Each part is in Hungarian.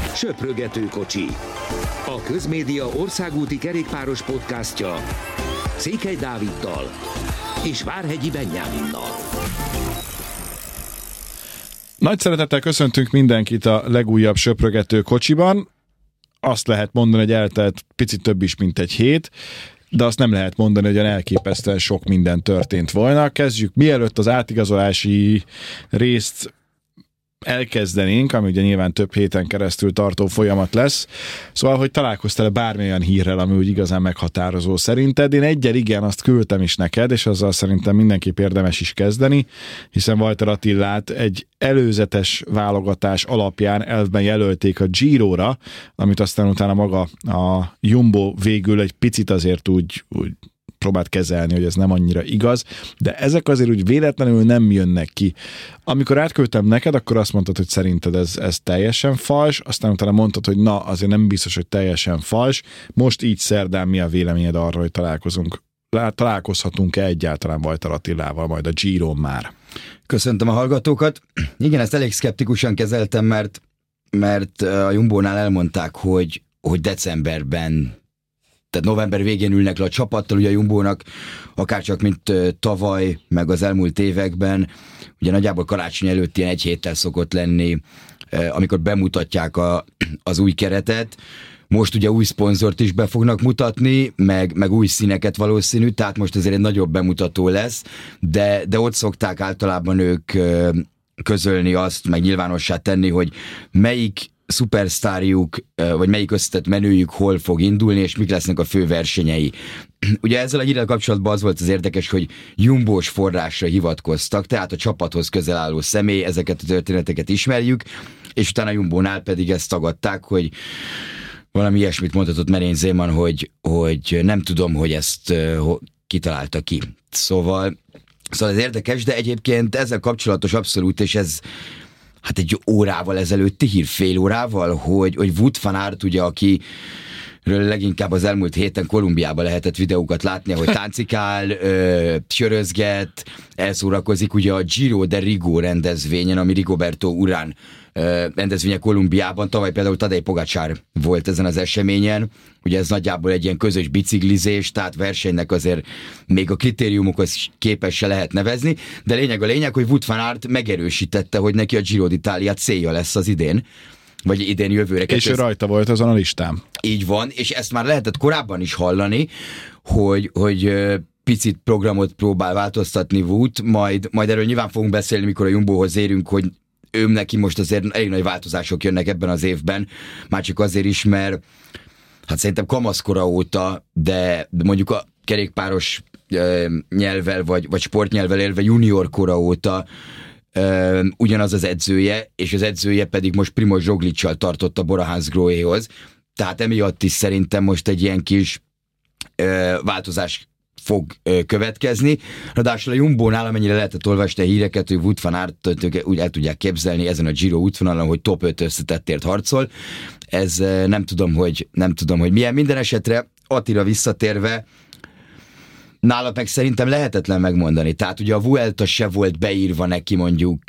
Söprögető kocsi. A Közmédia országúti kerékpáros podcastja Székely Dáviddal és Várhegyi Benyáminnal. Nagy szeretettel köszöntünk mindenkit a legújabb Söprögető kocsiban. Azt lehet mondani, hogy eltelt picit több is, mint egy hét, de azt nem lehet mondani, hogy olyan elképesztően sok minden történt volna. Kezdjük, mielőtt az átigazolási részt elkezdenénk, ami ugye nyilván több héten keresztül tartó folyamat lesz. Szóval, hogy találkoztál bármilyen hírrel, ami úgy igazán meghatározó szerinted. Én egyel igen, azt küldtem is neked, és azzal szerintem mindenképp érdemes is kezdeni, hiszen Walter Attilát egy előzetes válogatás alapján elvben jelölték a Girora, amit aztán utána maga a Jumbo végül egy picit azért úgy próbált kezelni, hogy ez nem annyira igaz, de ezek azért úgy véletlenül nem jönnek ki. Amikor átküldtem neked, akkor azt mondtad, hogy szerinted ez teljesen fals, aztán utána mondtad, hogy na, azért nem biztos, hogy teljesen fals. Most így szerdán mi a véleményed arra, hogy találkozhatunk-e egyáltalán Walter Attilával majd a Giron már? Köszöntöm a hallgatókat. Igen, ezt elég szkeptikusan kezeltem, mert a Jumbónál elmondták, hogy decemberben, tehát november végén ülnek le a csapattal, ugye a Jumbónak akárcsak, mint tavaly, meg az elmúlt években, ugye nagyjából karácsony előtt ilyen egy héttel szokott lenni, amikor bemutatják az új keretet. Most ugye új szponzort is be fognak mutatni, meg új színeket valószínű, tehát most azért egy nagyobb bemutató lesz, de ott szokták általában ők közölni azt, meg nyilvánossá tenni, hogy melyik szupersztárjuk, vagy melyik összetett menőjük hol fog indulni, és mik lesznek a fő versenyei. Ugye ezzel a hírrel kapcsolatban az volt az érdekes, hogy jumbós forrásra hivatkoztak, tehát a csapathoz közel álló személy, ezeket a történeteket ismerjük, és utána a Jumbónál pedig ezt tagadták, hogy valami ilyesmit mondhatott Merén Zeeman, hogy nem tudom, hogy ezt kitalálta ki. Szóval ez érdekes, de egyébként ezzel kapcsolatos abszolút, és ez hát egy órával ezelőtti hír, fél órával, hogy Wout van Aert, ugye, akiről leginkább az elmúlt héten Kolumbiában lehetett videókat látni, hogy táncikál, sörözget, elszórakozik ugye a Giro de Rigo rendezvényen, ami Rigoberto Urán rendezvénye Kolumbiában. Tavaly például Tadej Pogačar volt ezen az eseményen. Ugye ez nagyjából egy ilyen közös biciklizés, tehát versenynek azért még a kritériumokhoz képes se lehet nevezni, de lényeg, hogy Wout van Aert megerősítette, hogy neki a Giro d'Italia célja lesz az idén, vagy idén jövőre. És ő rajta volt azon a listán. Így van, és ezt már lehetett korábban is hallani, hogy picit programot próbál változtatni Wout, majd erről nyilván fogunk beszélni, mikor a Jumbohoz érünk, hogy ő neki most azért elég nagy változások jönnek ebben az évben, már csak azért is, mert hát szerintem kamaszkora óta, de mondjuk a kerékpáros nyelvvel, vagy sportnyelvvel élve junior kora óta ugyanaz az edzője, és az edzője pedig most Primož Rogličsal tartott a Bora Hansgrohéhoz, tehát emiatt is szerintem most egy ilyen kis változás fog következni. Ráadásul a Jumbónál, amennyire lehetett olvasni a híreket, hogy Wout van Aert úgy el tudják képzelni ezen a Giro útvonalon, hogy top 5 összetettért harcol. Ez nem tudom, hogy milyen. Minden esetre Attila visszatérve, nála meg szerintem lehetetlen megmondani. Tehát ugye a Vuelta se volt beírva neki mondjuk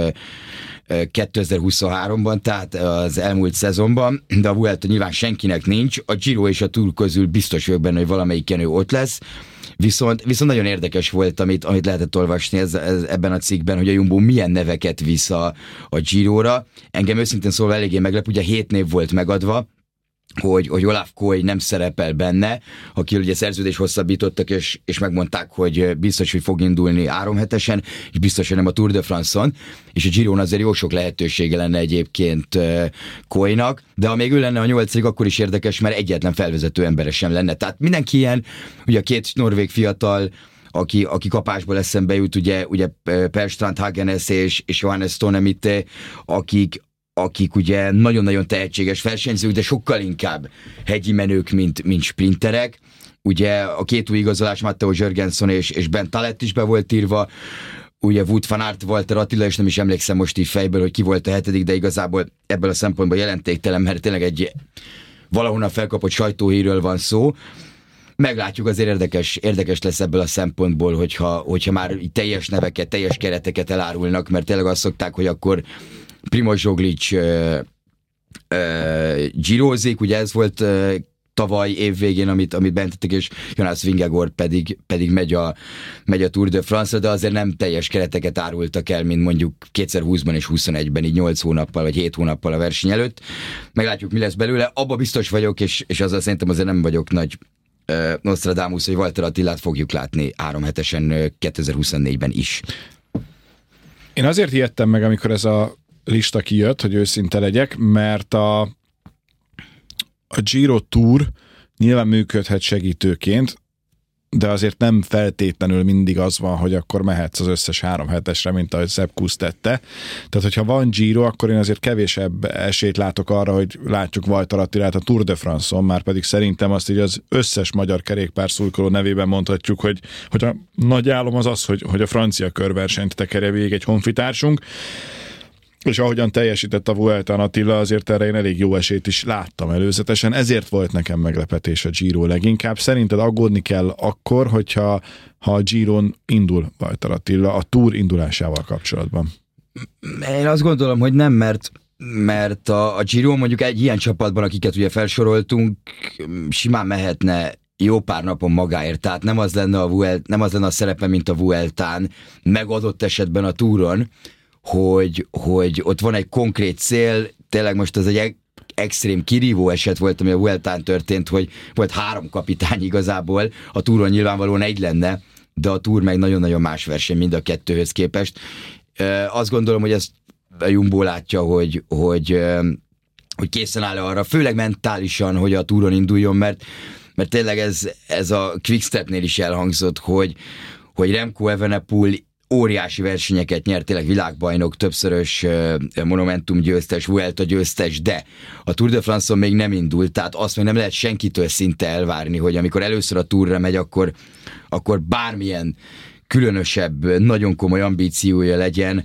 2023-ban, tehát az elmúlt szezonban, de a Vuelta nyilván senkinek nincs. A Giro és a Tour közül biztos vagyok benne, hogy valamelyiken ő ott lesz. Viszont nagyon érdekes volt, amit lehetett olvasni ebben a cikkben, hogy a Jumbo milyen neveket visz a Girora. Engem őszintén szólva eléggé meglep, ugye 7 név volt megadva, hogy Olaf Koy nem szerepel benne, aki ugye szerződés hosszabbítottak, és megmondták, hogy biztos, hogy fog indulni 3 hetesen, és biztos, hogy nem a Tour de France-on, és a Giron azért jó sok lehetősége lenne egyébként Koynak, de ha még ő lenne a 8., akkor is érdekes, mert egyetlen felvezető embere sem lenne. Tehát mindenki ilyen, ugye a 2 norvég fiatal, aki kapásból eszembe jut, ugye Per Strand Hagenes és Johannes Tonemite, akik ugye nagyon-nagyon tehetséges versenyzők, de sokkal inkább hegyi menők, mint sprinterek. Ugye a 2 új igazolás, Matteo Jörgensen és Ben Talett is be volt írva, ugye Wout van Aert, Walter Attila, és nem is emlékszem most így fejből, hogy ki volt a 7., de igazából ebből a szempontból jelentéktelen, mert tényleg egy valahonnan felkapott sajtóhírről van szó. Meglátjuk, azért érdekes lesz ebből a szempontból, hogyha már teljes neveket, teljes kereteket elárulnak, mert tényleg azt szokták, hogy akkor Primož Roglič Girozik, ugye ez volt tavaly évvégén, amit bentettek, és Jonas Vingegaard pedig megy a Tour de France-ra, de azért nem teljes kereteket árultak el, mint mondjuk 2020-ban és 21-ben, így 8 hónappal vagy 7 hónappal a verseny előtt. Meglátjuk, mi lesz belőle. Abba biztos vagyok, és azzal szerintem azért nem vagyok nagy Nostradamus, hogy Walter Attilát fogjuk látni 3 hetesen 2024-ben is. Én azért ijedtem meg, amikor ez a lista kijött, hogy őszinte legyek, mert a Giro Tour nyilván működhet segítőként, de azért nem feltétlenül mindig az van, hogy akkor mehetsz az összes 3 hetesre, mint ahogy Sepp Kuss tette. Tehát, hogyha van Giro, akkor én azért kevésebb esélyt látok arra, hogy látjuk Walter Attilát a Tour de France-on, már pedig szerintem azt így az összes magyar kerékpár szurkoló nevében mondhatjuk, hogy a nagy álom az, hogy a francia körversenyt tekerje végig egy honfitársunk, és ahogyan teljesített a Vueltán Attila, azért erre én elég jó esélyt is láttam előzetesen, ezért volt nekem meglepetés a Giro leginkább. Szerinted aggódni kell akkor, hogyha a Giron indul Walter Attila a Tour indulásával kapcsolatban? Én azt gondolom, hogy nem, mert a Giro mondjuk egy ilyen csapatban, akiket ugye felsoroltunk, simán mehetne jó pár napon magáért, tehát nem az lenne a szerepe, mint a Vueltán, megadott esetben a Touron, hogy ott van egy konkrét cél, tényleg most ez egy extrém kirívó eset volt, ami a Vueltán történt, hogy volt 3 kapitány igazából, a Touron nyilvánvalóan 1 lenne, de a Tour meg nagyon-nagyon más verseny mind a 2-höz képest. Azt gondolom, hogy ezt a Jumbo látja, hogy készen áll arra, főleg mentálisan, hogy a Touron induljon, mert tényleg ez a Quickstepnél is elhangzott, hogy Remco Evenepoel óriási versenyeket nyert, tényleg világbajnok, többszörös Monumentum győztes, Vuelta győztes, de a Tour de France-on még nem indult, tehát azt még nem lehet senkitől szinte elvárni, hogy amikor először a Tourra megy, akkor bármilyen különösebb, nagyon komoly ambíciója legyen,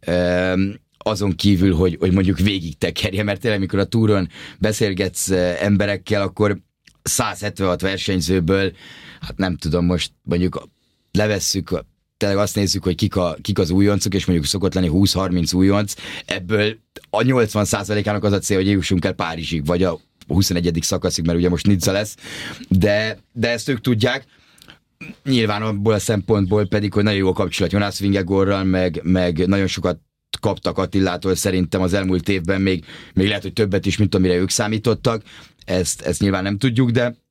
azon kívül, hogy mondjuk végig tekerje, mert tényleg, amikor a Touron beszélgetsz emberekkel, akkor 176 versenyzőből, hát nem tudom, most mondjuk levesszük, tényleg azt nézzük, hogy kik az újoncok, és mondjuk szokott lenni 20-30 újonc, ebből a 80%-ának az a cél, hogy jussunk el Párizsig, vagy a 21. szakaszig, mert ugye most Nizza lesz, de ezt ők tudják. Nyilván abból a szempontból pedig, hogy nagyon jó a kapcsolat Jonas Vingegaardral, meg nagyon sokat kaptak Attilától szerintem az elmúlt évben, még lehet, hogy többet is, mint amire ők számítottak. Ezt nyilván nem tudjuk,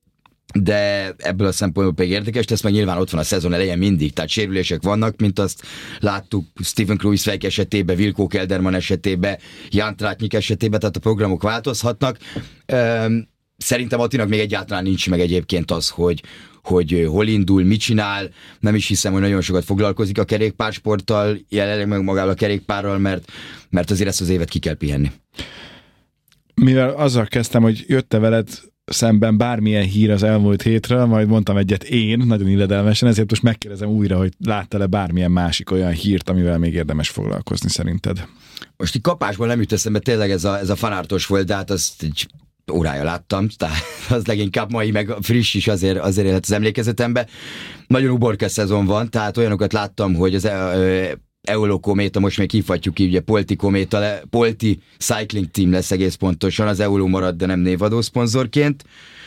de ebből a szempontból pedig érdekes, ez meg nyilván ott van a szezon elején mindig, tehát sérülések vannak, mint azt láttuk Steven Kruijswijk esetében, Wilco Kelderman esetében, Jan Tratnik esetében, tehát a programok változhatnak. Szerintem Attinak még egyáltalán nincs meg egyébként az, hogy hol indul, mit csinál, nem is hiszem, hogy nagyon sokat foglalkozik a kerékpársporttal, jelenleg meg magával a kerékpárral, mert azért ezt az évet ki kell pihenni. Mivel azzal kezdtem, hogy jött-e veled szemben bármilyen hír az elmúlt hétről, majd mondtam egyet én, nagyon illedelmesen, ezért most megkérdezem újra, hogy láttál-e bármilyen másik olyan hírt, amivel még érdemes foglalkozni szerinted? Most így kapásból nem jut eszembe, tényleg ez a fanártos volt, de hát azt egy órája láttam, tehát az leginkább mai, meg friss is azért élet az emlékezetembe. Nagyon uborka szezon van, tehát olyanokat láttam, hogy az Eolo Kométa, most még hívhatjuk ki, ugye Polti Kométa, Polti Cycling Team lesz egész pontosan, az Eolo marad, de nem névadó szponzorként.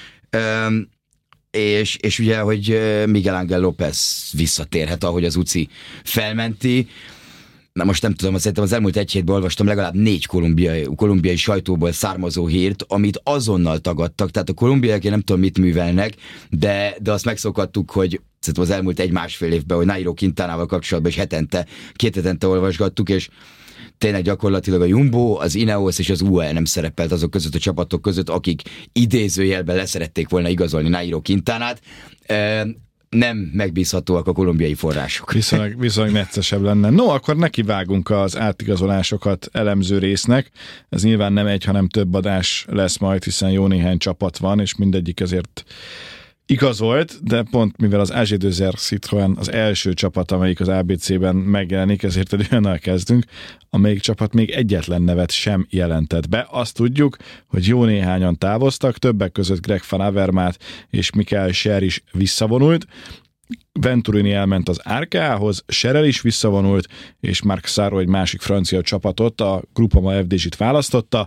És ugye, hogy Miguel Ángel López visszatérhet, ahogy az UCI felmenti. Na most nem tudom, szerintem az elmúlt 1 hétben olvastam legalább 4 kolumbiai sajtóból származó hírt, amit azonnal tagadtak, tehát a kolumbiaiak én nem tudom mit művelnek, de azt megszokhattuk, hogy szerintem az elmúlt 1-1,5 évben, hogy Nairo Quintanával kapcsolatban is 2 hetente olvasgattuk, és tényleg gyakorlatilag a Jumbo, az Ineos és az UAE nem szerepelt azok között a csapatok között, akik idézőjelben leszerették volna igazolni Nairo Quintanát. Nem megbízhatóak a kolumbiai források. Viszonylag neccesebb lenne. No, akkor nekivágunk az átigazolásokat elemző résznek. Ez nyilván nem egy, hanem több adás lesz majd, hiszen jó néhány csapat van, és mindegyik azért igazolt, de pont mivel az AG Citroën az első csapat, amelyik az ABC-ben megjelenik, ezért egy olyannal kezdünk, amelyik csapat még egyetlen nevet sem jelentett be. Azt tudjuk, hogy jó néhányan távoztak, többek között Greg van Avermaet és Michael Scher is visszavonult, Venturini elment az Arkeához, Scherel is visszavonult, és Marc Sarro egy másik francia csapatot, a Groupama FDJ-t választotta.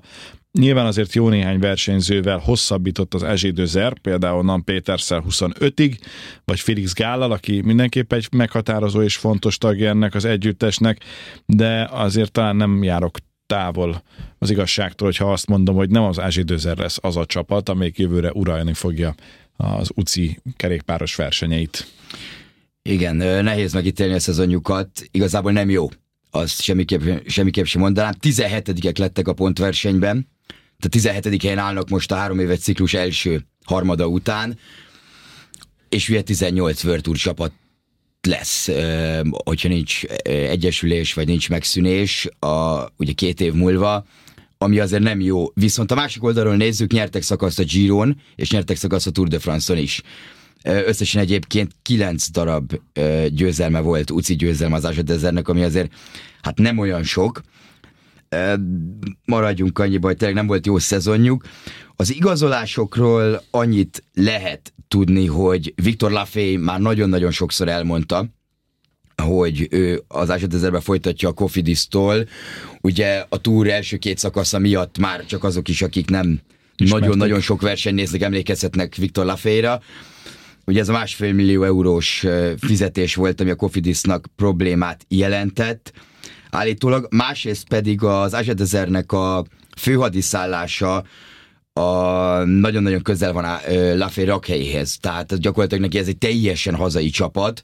Nyilván azért jó néhány versenyzővel hosszabbított az AG Dözer, például Nan Péterszel 25-ig, vagy Felix Gállal, aki mindenképp egy meghatározó és fontos tagja ennek az együttesnek, de azért talán nem járok távol az igazságtól, hogyha azt mondom, hogy nem az AG Dözer lesz az a csapat, amelyik jövőre uralni fogja az UCI kerékpáros versenyeit. Igen, nehéz megítélni a szezonjukat, igazából nem jó. Azt semmiképp sem mondanám. 17-ek lettek a pontversenyben, tehát 17. helyen állnak most a 3 éves ciklus első harmada után, és ugye 18 World Tour csapat lesz, hogyha nincs egyesülés, vagy nincs megszűnés, ugye 2 év múlva, ami azért nem jó. Viszont a másik oldalról nézzük, nyertek szakaszt a Giron, és nyertek szakaszt a Tour de France-on is. Összesen egyébként 9 darab győzelme volt, UCI győzelme az AG Dezernek, ami azért hát nem olyan sok. Maradjunk annyiba, hogy tényleg nem volt jó szezonjuk. Az igazolásokról annyit lehet tudni, hogy Victor Lafay már nagyon-nagyon sokszor elmondta, hogy ő az AG Dezerbe folytatja a Cofidis-tól. Ugye a Tour első 2 szakasza miatt már csak azok is, akik nem nagyon-nagyon sok verseny néznek, emlékezhetnek Victor Lafayra. Ugye ez a 1,5 millió eurós fizetés volt, ami a Cofidisnak problémát jelentett állítólag. Másrészt pedig az AG Dezernek a főhadiszállása nagyon-nagyon közel van a Lafay rakhelyéhez. Tehát gyakorlatilag neki ez egy teljesen hazai csapat.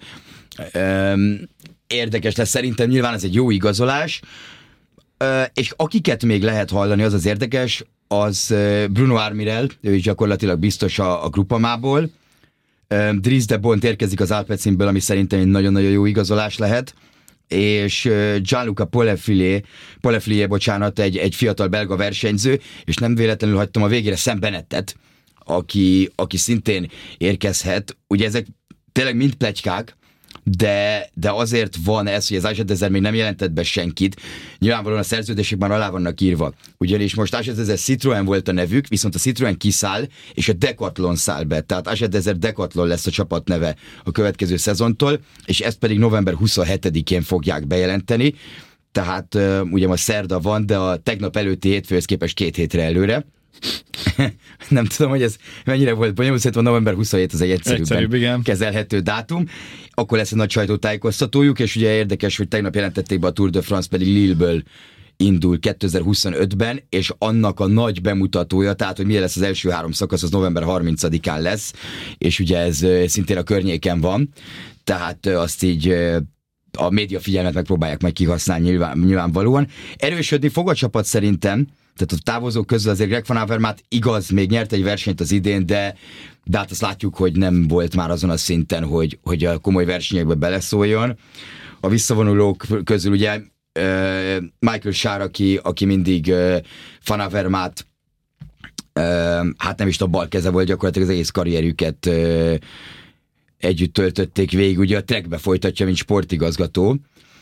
Érdekes lesz szerintem, nyilván ez egy jó igazolás. És akiket még lehet hallani, az az érdekes, az Bruno Armirel, ő is gyakorlatilag biztos a Grupamából. Dries de Bont érkezik az Alpecinből, ami szerintem egy nagyon-nagyon jó igazolás lehet, és Gianluca Polefilié, egy fiatal belga versenyző, és nem véletlenül hagytam a végére Sam Bennettet, aki szintén érkezhet. Ugye ezek tényleg mind pletykák, de azért van ez, hogy az AG Dezer még nem jelentett be senkit. Nyilvánvalóan a szerződések már alá vannak írva. Ugyanis most AG Dezer Citroën volt a nevük, viszont a Citroën kiszáll, és a Decathlon száll be. Tehát AG Dezer Decathlon lesz a csapat neve a következő szezontól, és ezt pedig november 27-én fogják bejelenteni. Tehát ugye ma szerda van, de a tegnap előtti hétfőhöz képest 2 hétre előre. Nem tudom, hogy ez mennyire volt bonyolult, szerintem november 27 az egy egyszerűbben kezelhető dátum. Akkor lesz egy nagy sajtótájékoztatójuk, és ugye érdekes, hogy tegnap jelentették be a Tour de France, pedig Lilleből indul 2025-ben, és annak a nagy bemutatója, tehát hogy milyen lesz az első 3 szakasz, az november 30-án lesz, és ugye ez szintén a környéken van, tehát azt így a média figyelmet megpróbálják majd kihasználni nyilvánvalóan. Erősödni fog a csapat szerintem, tehát a távozók közül azért Greg van Avermaet igaz, még nyert egy versenyt az idén, de hát azt látjuk, hogy nem volt már azon a szinten, hogy a komoly versenyekbe beleszóljon. A visszavonulók közül ugye Michael Schär, aki mindig Van Avermaet, hát nem is a bal keze volt, gyakorlatilag az egész karrierüket együtt töltötték végig, ugye a Trekbe folytatja, mint sportigazgató.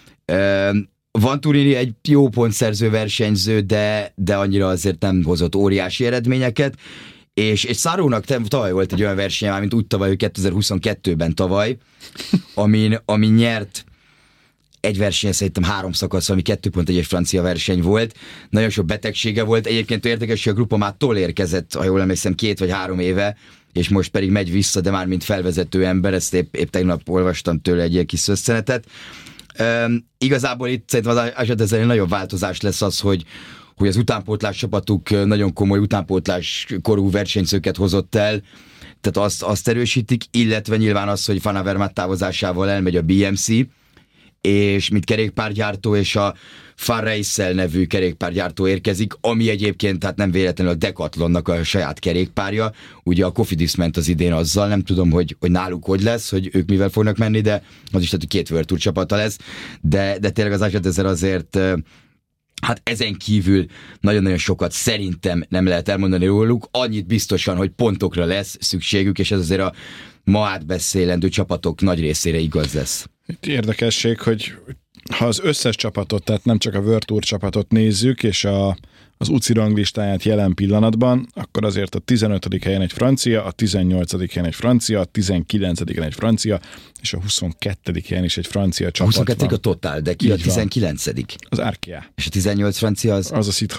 Van Turini egy jó pontszerző versenyző, de annyira azért nem hozott óriási eredményeket, és Szárónak tavaly volt egy olyan versenye, mint úgy tavaly, hogy 2022-ben tavaly, ami nyert egy versenyen, szerintem 3 szakasz, ami 2.1 francia verseny volt. Nagyon sok betegsége volt. Egyébként érdekes, hogy a Grupamától érkezett, ha jól emlékszem, 2 vagy 3 éve, és most pedig megy vissza, de már mint felvezető ember, ezt épp tegnap olvastam tőle egy ilyen kis összenetet. Igazából itt szerintem az AG Dezernél nagyobb változás lesz az, hogy az utánpótlás csapatuk nagyon komoly utánpótlás korú versenyzőket hozott el, tehát azt erősítik, illetve nyilván az, hogy Van Avermaet távozásával elmegy a BMC, és mint kerékpárgyártó, és a Far Race nevű kerékpárgyártó érkezik, ami egyébként tehát nem véletlenül a Decathlonnak a saját kerékpárja. Ugye a Cofidis ment az idén azzal, nem tudom, hogy náluk hogy lesz, hogy ők mivel fognak menni, de az is tehát, hogy 2 World Tour csapata lesz, de tényleg az AG Dezer azért hát ezen kívül nagyon-nagyon sokat szerintem nem lehet elmondani róluk, annyit biztosan, hogy pontokra lesz szükségük, és ez azért a ma átbeszélendő csapatok nagy részére igaz lesz. Itt érdekesség, hogy ha az összes csapatot, tehát nem csak a World Tour csapatot nézzük, és az UCI ranglistáját jelen pillanatban, akkor azért a 15. helyen egy francia, a 18. helyen egy francia, a 19. helyen egy francia, és a 22. helyen is egy francia csapat 22. van. a Total, de ki a 19. Az Arkea. És a 18 francia az? Az a Citroën.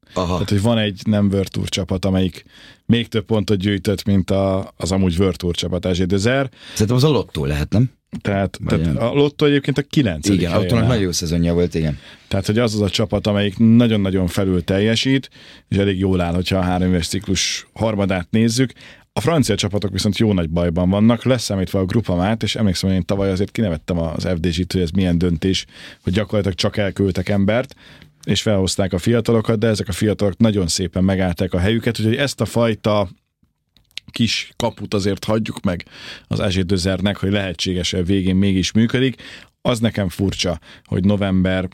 Aha. Tehát, hogy van egy nem World Tour csapat, amelyik még több pontot gyűjtött, mint az amúgy World Tour csapat, AG Desert. Szerintem az a Lotto lehet, nem? Tehát a Lotto egyébként a 9. Igen, a Lottónak nagyon jó szezonja volt, igen. Tehát, hogy az a csapat, amelyik nagyon-nagyon felül teljesít, és elég jól áll, hogyha a 3 éves ciklus harmadát nézzük. A francia csapatok viszont jó nagy bajban vannak, leszámítva a Groupamát, és emlékszem, hogy én tavaly azért kinevettem az FDZ-t, hogy ez milyen döntés, hogy gyakorlatilag csak elküldtek embert, és felhozták a fiatalokat, de ezek a fiatalok nagyon szépen megállták a helyüket, úgyhogy ezt a fajta kis kaput azért hagyjuk meg az AG Desertnek, hogy lehetséges-e végén mégis működik. Az nekem furcsa, hogy november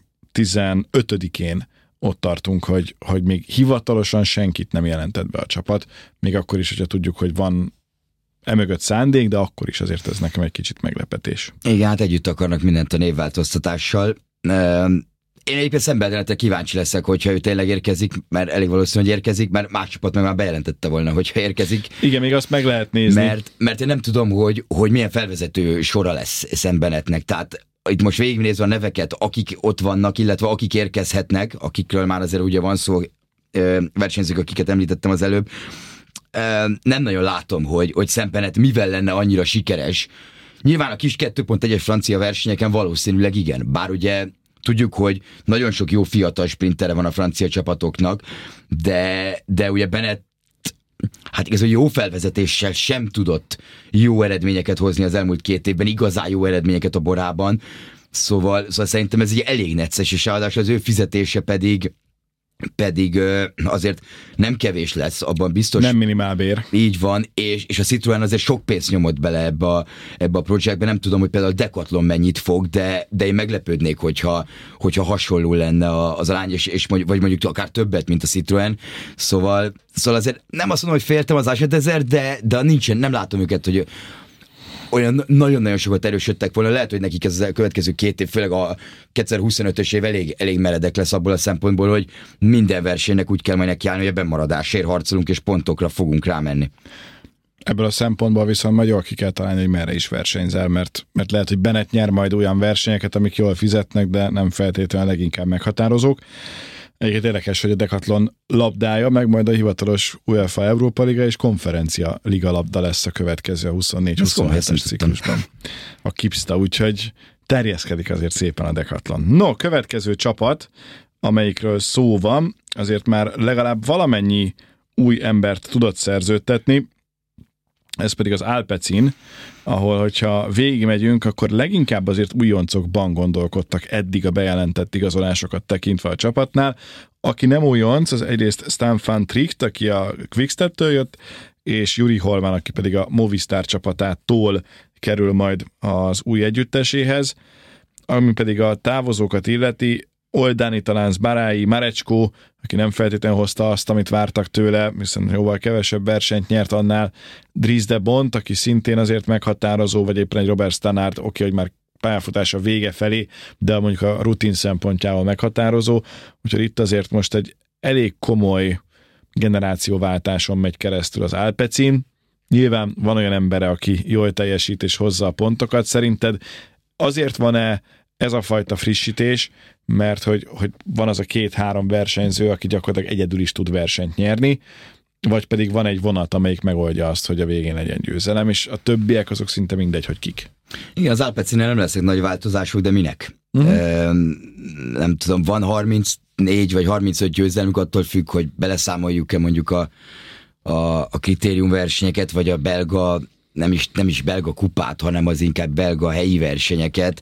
15-én ott tartunk, hogy még hivatalosan senkit nem jelentett be a csapat, még akkor is, hogyha tudjuk, hogy van emögött szándék, de akkor is azért ez nekem egy kicsit meglepetés. Igen, hát együtt akarnak mindent a névváltoztatással. Én egyébként szembeellenetre kíváncsi leszek, hogyha ő tényleg érkezik, mert elég valószínű, hogy érkezik, mert más csapat meg már bejelentette volna, hogyha érkezik. Igen, még azt meg lehet nézni. Mert én nem tudom, hogy milyen felvezető sora lesz Sam-Bennettnek. Tehát itt most végignézve a neveket, akik ott vannak, illetve akik érkezhetnek, akikről már azért ugye van szó, versenyzők, akiket említettem az előbb, nem nagyon látom, hogy Sam-Bennett mivel lenne annyira sikeres. Nyilván a kis 2.1-es francia versenyeken valószínűleg igen, bár ugye tudjuk, hogy nagyon sok jó fiatal sprintere van a francia csapatoknak, de ugye Bennett hát igaz, hogy jó felvezetéssel sem tudott jó eredményeket hozni az elmúlt 2 évben, igazán jó eredményeket a borában, szóval szerintem ez egy elég necces, és ráadásul az ő fizetése pedig azért nem kevés lesz, abban biztos. Nem minimálbér. Így van, és a Citroën azért sok pénzt nyomott bele ebbe a projektbe, nem tudom, hogy például a Decathlon mennyit fog, de én meglepődnék, hogyha hasonló lenne az arány, vagy mondjuk akár többet, mint a Citroën. Szóval azért nem azt mondom, hogy féltem az AG Desert, de nem látom őket, hogy olyan nagyon-nagyon sokat erősödtek volna. Lehet, hogy nekik ez a következő 2 év, főleg a 2025-ös év elég meredek lesz abból a szempontból, hogy minden versenynek úgy kell majd nekiállni, hogy a bemaradásért harcolunk, és pontokra fogunk rámenni. Ebből a szempontból viszont majd jól ki kell találni, hogy merre is versenyzel, mert lehet, hogy Bennett nyer majd olyan versenyeket, amik jól fizetnek, de nem feltétlenül leginkább meghatározók. Egyébként érdekes, hogy a Decathlon labdája, meg majd a hivatalos UEFA Európa Liga és Konferencia Liga labda lesz a következő a 24-27-es ciklusban. A Kipsta, úgyhogy terjeszkedik azért szépen a Decathlon. No, következő csapat, amelyikről szó van, azért már legalább valamennyi új embert tudott szerződtetni, ez pedig az Alpecin, ahol, hogyha végigmegyünk, akkor leginkább azért újoncokban gondolkodtak eddig a bejelentett igazolásokat tekintve a csapatnál. Aki nem újonc, az egyrészt Stan van Tricht, aki a Quickstep-től jött, és Juri Holman, aki pedig a Movistar csapatától kerül majd az új együtteséhez, ami pedig a távozókat illeti, Oldani, talán Barái, Marecsko, aki nem feltétlenül hozta azt, amit vártak tőle, viszont jóval kevesebb versenyt nyert annál, Dries de Bont, aki szintén azért meghatározó, vagy éppen egy Robert Stannard, oké, hogy már pályafutása vége felé, de mondjuk a rutin szempontjával meghatározó, úgyhogy itt azért most egy elég komoly generációváltáson megy keresztül az Alpecin. Nyilván van olyan embere, aki jól teljesít és hozza a pontokat. Szerinted azért van-e ez a fajta frissítés, mert hogy van az a 2-3 versenyző, aki gyakorlatilag egyedül is tud versenyt nyerni, vagy pedig van egy vonat, amelyik megoldja azt, hogy a végén legyen győzelem, és a többiek azok szinte mindegy, hogy kik. Igen, az Alpecinél nem lesznek nagy változások, de minek? Nem tudom, van 34 vagy 35 győzelmük, attól függ, hogy beleszámoljuk-e mondjuk a kritériumversenyeket, vagy a belga, nem is belga kupát, hanem az inkább belga helyi versenyeket,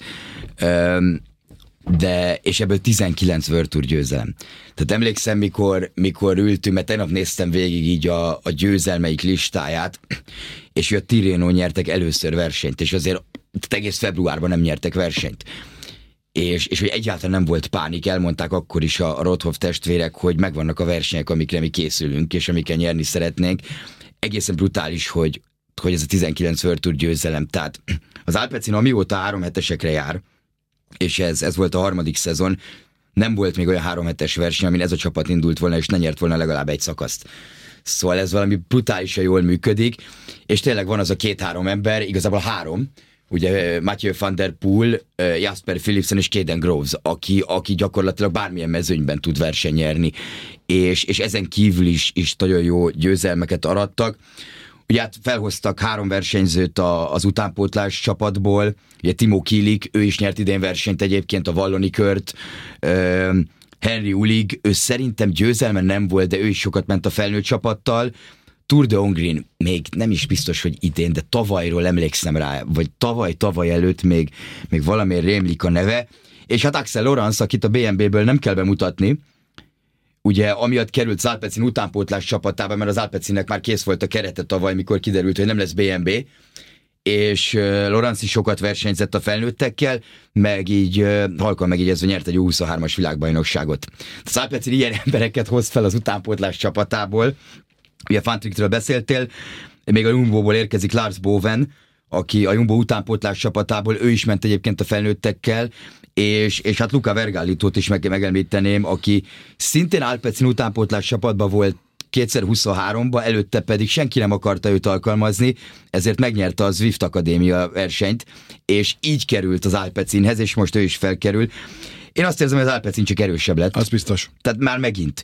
és ebből 19 World Tour győzelem. Tehát emlékszem, mikor ültünk, mert tegnap néztem végig így a győzelmeik listáját, és a Tirreno nyertek először versenyt, és azért egész februárban nem nyertek versenyt. És hogy egyáltalán nem volt pánik, elmondták akkor is a Rothoff testvérek, hogy megvannak a versenyek, amikre mi készülünk, és amikkel nyerni szeretnénk. Egészen brutális, hogy ez a 19 World Tour győzelem. Tehát az Alpecin, amióta 3 hetesekre jár, és ez volt a 3. szezon, nem volt még olyan 3 hetes verseny, amin ez a csapat indult volna, és ne nyert volna legalább egy szakaszt. Szóval ez valami brutálisan jól működik, és tényleg van az a 2-3 ember, igazából 3, ugye Mathieu van der Poel, Jasper Philipsen és Caden Groves, aki gyakorlatilag bármilyen mezőnyben tud versenyerni, és ezen kívül is nagyon jó győzelmeket arattak. Ugye hát felhoztak 3 versenyzőt az utánpótlás csapatból, ugye Timo Kielik, ő is nyert idén versenyt egyébként, a valloni kört, Henry Ulig, ő szerintem győzelme nem volt, de ő is sokat ment a felnőtt csapattal. Tour de Hongrin még nem is biztos, hogy idén, de tavalyról emlékszem rá, vagy tavaly előtt még valamiért rémlik a neve. És hát Axel Lorenz, akit a BMB-ből nem kell bemutatni, ugye amiatt került az Alpecin utánpótlás csapatába, mert az Alpecinnek már kész volt a kerete tavaly, mikor kiderült, hogy nem lesz BMB, és Lorenz is sokat versenyzett a felnőttekkel, meg így halkan megjegyezve nyert egy 23-as világbajnokságot. Az Alpecin ilyen embereket hoz fel az utánpótlás csapatából. Ugye Van Trickről beszéltél, még a Jumbo-ból érkezik Lars Boven, aki a Jumbo utánpótlás csapatából, ő is ment egyébként a felnőttekkel, és hát Luca Vergallitót is megemlíteném, aki szintén Alpecin utánpótlás csapatban volt 2023-ban, előtte pedig senki nem akarta őt alkalmazni, ezért megnyerte a Zwift Akadémia versenyt, és így került az Alpecinhez, és most ő is felkerül. Én azt érzem, hogy az Alpecin csak erősebb lett. Az biztos. Tehát már megint.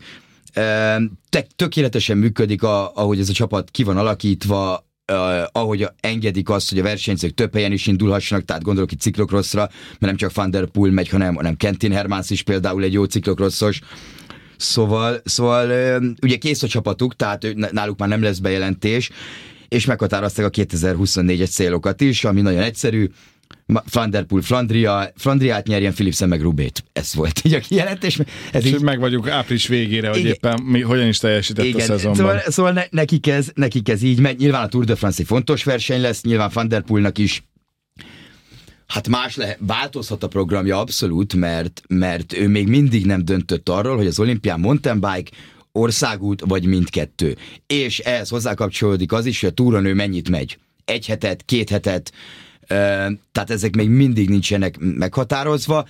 Tökéletesen működik, ahogy ez a csapat ki van alakítva, ahogy engedik azt, hogy a versenyzők több helyen is indulhassanak, tehát gondolok itt ciklokrosszra, mert nem csak Van der Poel megy, hanem Quentin Hermans is például egy jó ciklokrosszos. Szóval ugye kész a csapatuk, tehát náluk már nem lesz bejelentés, és meghatározták a 2024-es célokat is, ami nagyon egyszerű. Van der Poel Flandriát nyerjen, Philipsen meg Roubaix. Ez volt így a kijelentés. És meg vagyunk április végére, hogy éppen hogyan is teljesített a szezonban. Szóval nekik ez így megy. Nyilván a Tour de France egy fontos verseny lesz, nyilván Van der Poelnak is hát változhat a programja abszolút, mert ő még mindig nem döntött arról, hogy az olimpián mountain bike, országút vagy mindkettő. És ehhez hozzákapcsolódik az is, hogy a túron ő mennyit megy. 1 hetet, 2 hetet, tehát ezek még mindig nincsenek meghatározva.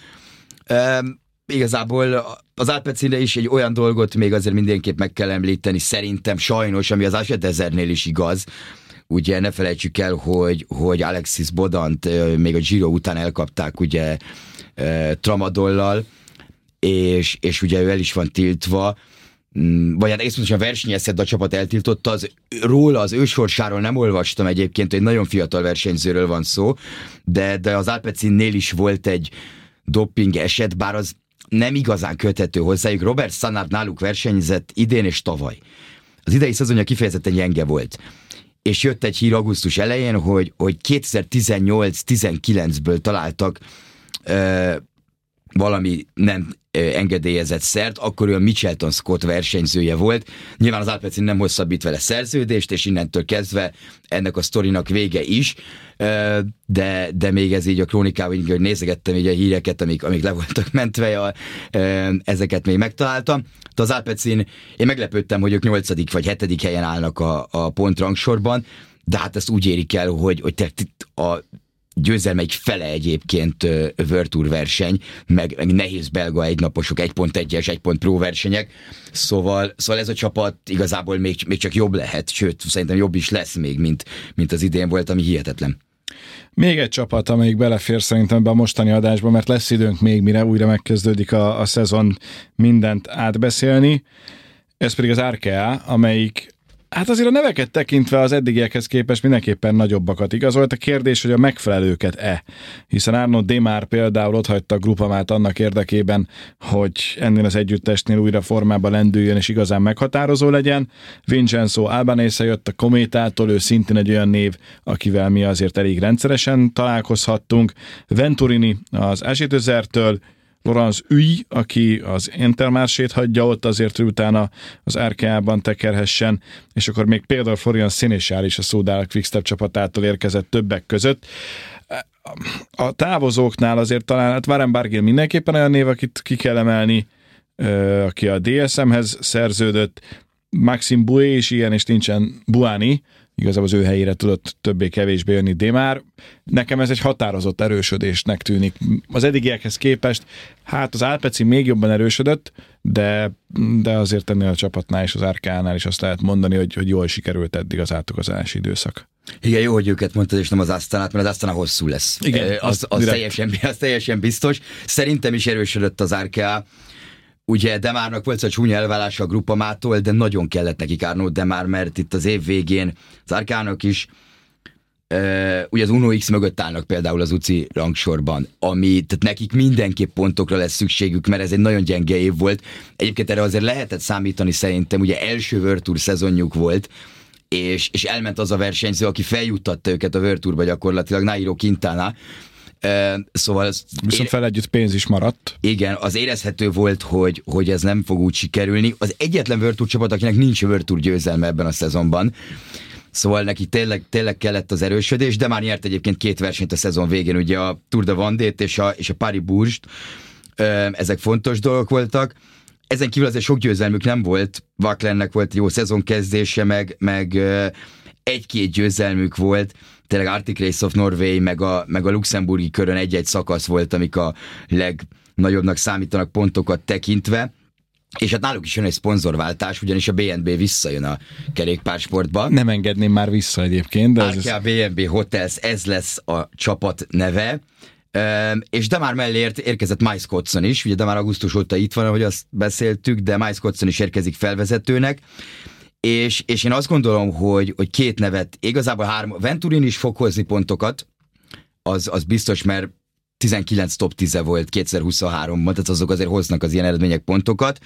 Igazából az Alpecinre is egy olyan dolgot még azért mindenképp meg kell említeni, szerintem sajnos, ami az Age-1000-nél is igaz. Ugye ne felejtsük el, hogy Alexis Bodant még a Giro után elkapták ugye tramadollal, és ugye ő el is van tiltva, vagy hát egész pontosan versenyezhet, de a csapat eltiltotta. Róla, az ő sorsáról nem olvastam egyébként, hogy egy nagyon fiatal versenyzőről van szó, de az Alpecinnél is volt egy doping eset, bár az nem igazán köthető hozzájuk. Robert Stannard náluk versenyzett idén és tavaly. Az idei szezonja kifejezetten gyenge volt. És jött egy hír augusztus elején, hogy 2018-19-ből találtak valami nem engedélyezett szert, akkor ő a Mitchelton Scott versenyzője volt. Nyilván az Alpecin nem hosszabbít vele szerződést, és innentől kezdve ennek a sztorinak vége is, de még ez így a krónikában, hogy nézegettem így a híreket, amik le voltak mentve, ezeket még megtaláltam. De az Alpecin, én meglepődtem, hogy ők 8. vagy 7. helyen állnak a pontrangsorban, de hát ezt úgy érik el, hogy a győzelmeik fele egyébként World Tour verseny, meg nehéz belga egynaposok, 1.1-es, 1 Pro versenyek, szóval ez a csapat igazából még csak jobb lehet, sőt, szerintem jobb is lesz még, mint az idén volt, ami hihetetlen. Még egy csapat, amelyik belefér szerintem be a mostani adásba, mert lesz időnk még, mire újra megkezdődik a szezon, mindent átbeszélni. Ez pedig az Arkea, amelyik hát azért a neveket tekintve az eddigiekhez képest mindenképpen nagyobbakat igazolt. A kérdés, hogy a megfelelőket-e? Hiszen Arnaud Démare például otthagyta a Groupamát annak érdekében, hogy ennél az együttesnél újra formába lendüljön és igazán meghatározó legyen. Vincenzo Albanese jött a Kométától, ő szintén egy olyan név, akivel mi azért elég rendszeresen találkozhattunk. Venturini az Age-1000-től, Laurence Uy, aki az Intermarché-t hagyja ott azért, hogy utána az Arkea-ban tekerhessen, és akkor még például Florian Sénéchal is a Soudal Quickstep csapatától érkezett többek között. A távozóknál azért talán hát Warren Barguil mindenképpen olyan név, akit ki kell emelni, aki a DSM-hez szerződött, Maxime Bouet is ilyen, és nincsen Buani, igazából az ő helyére tudott többé-kevésbé jönni Démare. Nekem ez egy határozott erősödésnek tűnik. Az eddigiekhez képest, hát az Alpecin még jobban erősödött, de azért ennél a csapatnál és az Arkea-nál is azt lehet mondani, hogy jól sikerült eddig az átugazási időszak. Igen, jó, hogy őket mondtad, és nem az Asztanát, mert az Asztana hosszú lesz. Igen, az teljesen biztos. Szerintem is erősödött az Arkea. Ugye Demárnak volt a csúnya elválása a Groupamától, de nagyon kellett nekik Arnaud Demár, mert itt az év végén az Arkeának is ugye az Uno X mögött állnak például az UCI rangsorban, tehát nekik mindenképp pontokra lesz szükségük, mert ez egy nagyon gyenge év volt. Egyébként erre azért lehetett számítani szerintem, ugye első World Tour szezonjuk volt, és elment az a versenyző, aki feljuttatta őket a World Tourba gyakorlatilag, Nairo Quintana. Szóval viszont fel együtt pénz is maradt. Igen, az érezhető volt, hogy ez nem fog úgy sikerülni. Az egyetlen World Tour csapat, akinek nincs World Tour győzelme ebben a szezonban. Szóval neki tényleg kellett az erősödés, de már nyert egyébként 2 versenyt a szezon végén, ugye a Tour de Vendée-t és a Paris-Bourges-t. Ezek fontos dolgok voltak. Ezen kívül azért sok győzelmük nem volt. Vauquelinnek volt jó szezonkezdése, meg 1-2 győzelmük volt. Tényleg Arctic Race of Norway, meg a luxemburgi körön egy-egy szakasz volt, amik a legnagyobbnak számítanak pontokat tekintve. És hát náluk is jön egy szponzorváltás, ugyanis a BNB visszajön a kerékpársportba. Nem engedném már vissza egyébként. De Arkea BNB Hotels, ez lesz a csapat neve. És de már mellé érkezett Miles Cottson is, ugye de már augusztus óta itt van, ahogy azt beszéltük, de Miles Cottson is érkezik felvezetőnek. És én azt gondolom, hogy 2 nevet, igazából 3, Venturin is fog hozni pontokat, az biztos, mert 19 top 10 volt 2023-ban, tehát azok azért hoznak az ilyen eredmények pontokat.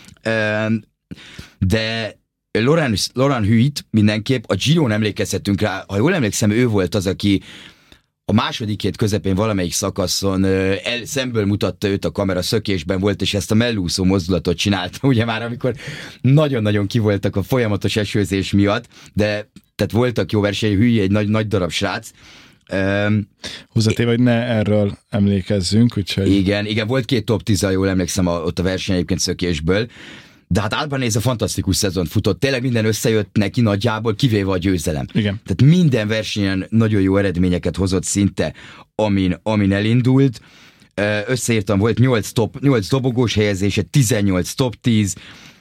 De Laurent Huit mindenképp, a Giron emlékezhetünk rá, ha jól emlékszem, ő volt az, aki a második hét közepén valamelyik szakaszon szemből mutatta őt a kamera, szökésben volt, és ezt a mellúszó mozdulatot csinálta, ugye már amikor nagyon-nagyon kivoltak a folyamatos esőzés miatt, de tehát voltak jó versenyek, Hüly egy nagy darab srác. Hozzátéve, hogy ne erről emlékezzünk, úgyhogy... Igen, volt 2 top 10, jól emlékszem ott a verseny egyébként szökésből, de hát Albanese fantasztikus szezon futott, tényleg minden összejött neki nagyjából, kivéve a győzelem. Igen. Tehát minden versenyen nagyon jó eredményeket hozott szinte, amin elindult. Összeírtam, volt 8 dobogós helyezése, 18 top 10,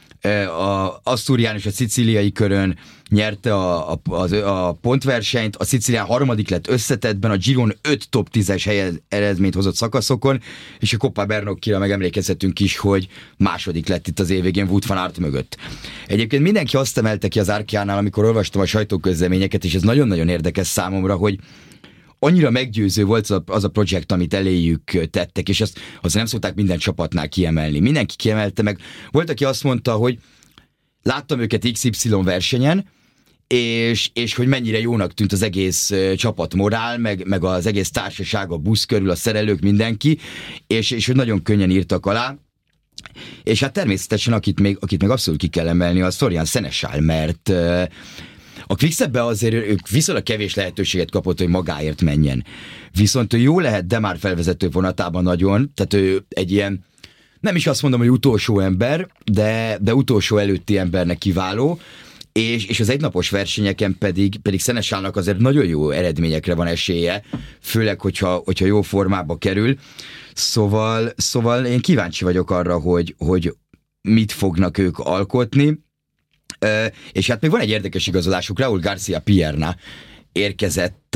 a Asztúrián és a szicíliai körön nyerte a pontversenyt, a Szicílián 3. lett összetettben, a Giron 5 top 10-es eredményt hozott szakaszokon, és a Coppa Bernoccira megemlékezhetünk is, hogy 2. lett itt az év végén Wout van Aert mögött. Egyébként mindenki azt emelte ki az Arkeánál, amikor olvastam a sajtóközleményeket, és ez nagyon-nagyon érdekes számomra, hogy annyira meggyőző volt az a projekt, amit eléjük tettek, és azt nem szokták minden csapatnál kiemelni. Mindenki kiemelte meg. Volt, aki azt mondta, hogy láttam őket XY versenyen, és hogy mennyire jónak tűnt az egész csapatmorál, meg az egész társaság, a busz körül, a szerelők, mindenki, és hogy nagyon könnyen írtak alá. És hát természetesen, akit még abszolút ki kell emelni, az Florian Sénéchal, mert a Quickstepbe azért ők viszonylag kevés lehetőséget kapott, hogy magáért menjen. Viszont ő jó lehet Demár felvezető vonatában nagyon, tehát ő egy ilyen, nem is azt mondom, hogy utolsó ember, de utolsó előtti embernek kiváló, és az egynapos versenyeken pedig Sénéchalnak azért nagyon jó eredményekre van esélye, főleg, hogyha jó formába kerül. Szóval én kíváncsi vagyok arra, hogy mit fognak ők alkotni. És hát még van egy érdekes igazolásuk, Raúl García Pierna érkezett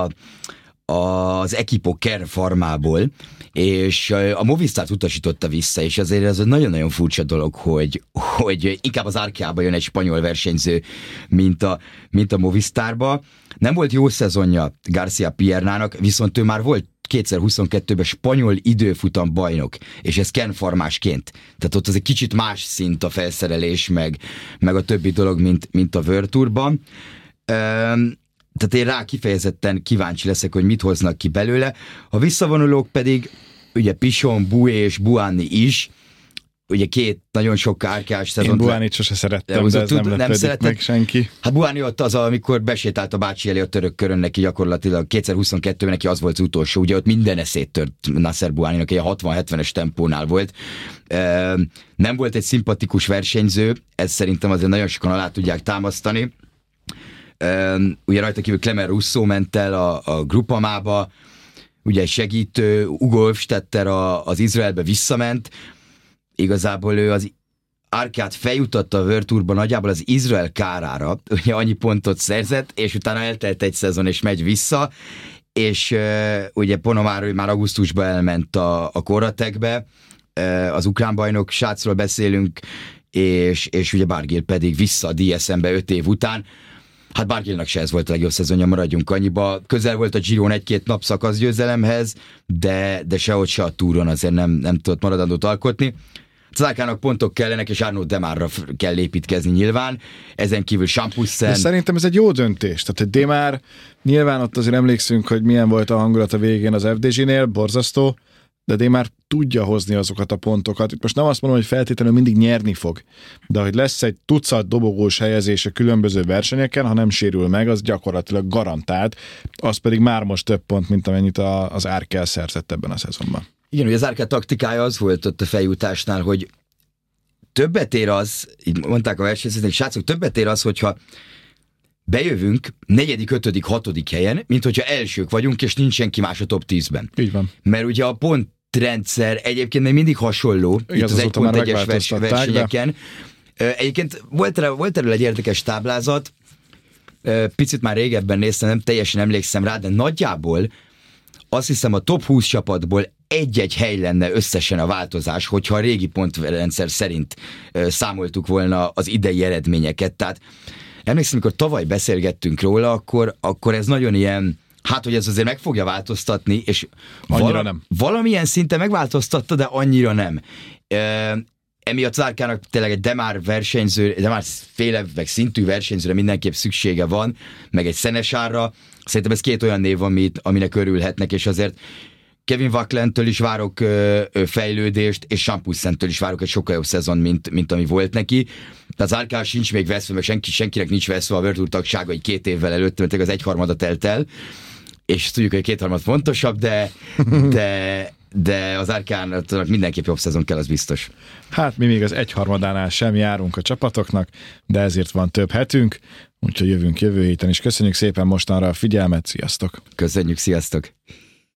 az Equipo Kern farmából, és a Movistart utasította vissza, és azért ez egy nagyon-nagyon furcsa dolog, hogy inkább az Arkeába jön egy spanyol versenyző, mint a Movistarba. Nem volt jó szezonja García Piernának, viszont ő már volt 2022-ben spanyol időfutam bajnok, és ez Kern farmásként. Tehát ott az egy kicsit más szint a felszerelés, meg a többi dolog, mint a World Tourban. Tehát én rá kifejezetten kíváncsi leszek, hogy mit hoznak ki belőle. A visszavonulók pedig, ugye Pichon, Boué és Buani is, ugye 2 nagyon sok Arkeás szezont. Én Buánit sose szerettem, de ez nem lepődik meg senki. Hát Buani ott az, amikor besétált a bácsi elé a török körön, neki gyakorlatilag 2022-ben neki az volt az utolsó, ugye ott minden eszét tört Nasser Buaninak, egy 60-70-es tempónál volt. Nem volt egy szimpatikus versenyző, ez szerintem azért nagyon sokan alá tudják támasztani. Ugye rajta kívül Clément Rousseau ment el a Gruppamába, ugye segítő, Ugo Hofstetter az Izraelbe visszament, igazából ő Árkát feljutatta a World Tourban nagyjából az Izrael kárára, ugye annyi pontot szerzett, és utána eltelt egy szezon, és megy vissza, és ugye Ponomáról már augusztusban elment a Korratekbe, az ukrán bajnok srácról beszélünk, és ugye Barguil pedig vissza a DSM-be 5 év után. Hát Barguilnak se ez volt a legjobb szezonja, maradjunk annyiba. Közel volt a Giron 1-2 nap szakaszgyőzelemhez, de sehogy se a túron azért nem tudott maradandót alkotni. Czárkának pontok kellenek, és Arnaud Démarra kell építkezni nyilván. Ezen kívül Champussen. De szerintem ez egy jó döntés. Tehát egy Démar, nyilván ott azért emlékszünk, hogy milyen volt a hangulat a végén az FDG-nél, borzasztó, de Démar tudja hozni azokat a pontokat. Itt most nem azt mondom, hogy feltétlenül mindig nyerni fog, de hogy lesz egy tucat dobogós helyezése különböző versenyeken, ha nem sérül meg, az gyakorlatilag garantált, az pedig már most több pont, mint amennyit az Árkel szerzett ebben a szezonban. Igen, hogy az Árkel taktikája az volt ott a feljutásnál, hogy többet ér az, így mondták a versenyzők, srácok, többet ér az, hogyha bejövünk 4., 5., 6. helyen, mint hogyha elsők vagyunk, és nincs senki más a top 10-ben. Így van. Mert ugye a pontrendszer egyébként még mindig hasonló, itt az 1.1-es versenyeken. Egyébként volt erről egy érdekes táblázat, picit már régebben néztem, nem teljesen emlékszem rá, de nagyjából azt hiszem a top 20 csapatból egy-egy hely lenne összesen a változás, hogyha a régi pontrendszer szerint számoltuk volna az idei eredményeket. Tehát emlékszem, amikor tavaly beszélgettünk róla, akkor ez nagyon ilyen, hát hogy ez azért meg fogja változtatni, és nem. Valamilyen szinten megváltoztatta, de annyira nem. Emiatt Czárkának tényleg egy Démar versenyző, Démar féle meg szintű versenyzőre mindenképp szüksége van, meg egy Szenesárra. Szerintem ez 2 olyan név, aminek örülhetnek, és azért Kevin Waklentől is várok fejlődést, és Champussentől is várok egy sokkal jobb szezon, mint ami volt neki. De az Árká sincs még veszve, meg senkinek nincs veszve a World Tour tagsága, egy 2 évvel előtt, mert az 1/3 telt el, és tudjuk, hogy 2/3 fontosabb, de az Árkának mindenképp jobb szezon kell, az biztos. Hát mi még az 1/3 sem járunk a csapatoknak, de ezért van több hetünk, úgyhogy jövünk jövő héten is. Köszönjük szépen mostanra a figyelmet, sziasztok! Köszönjük, sziasztok!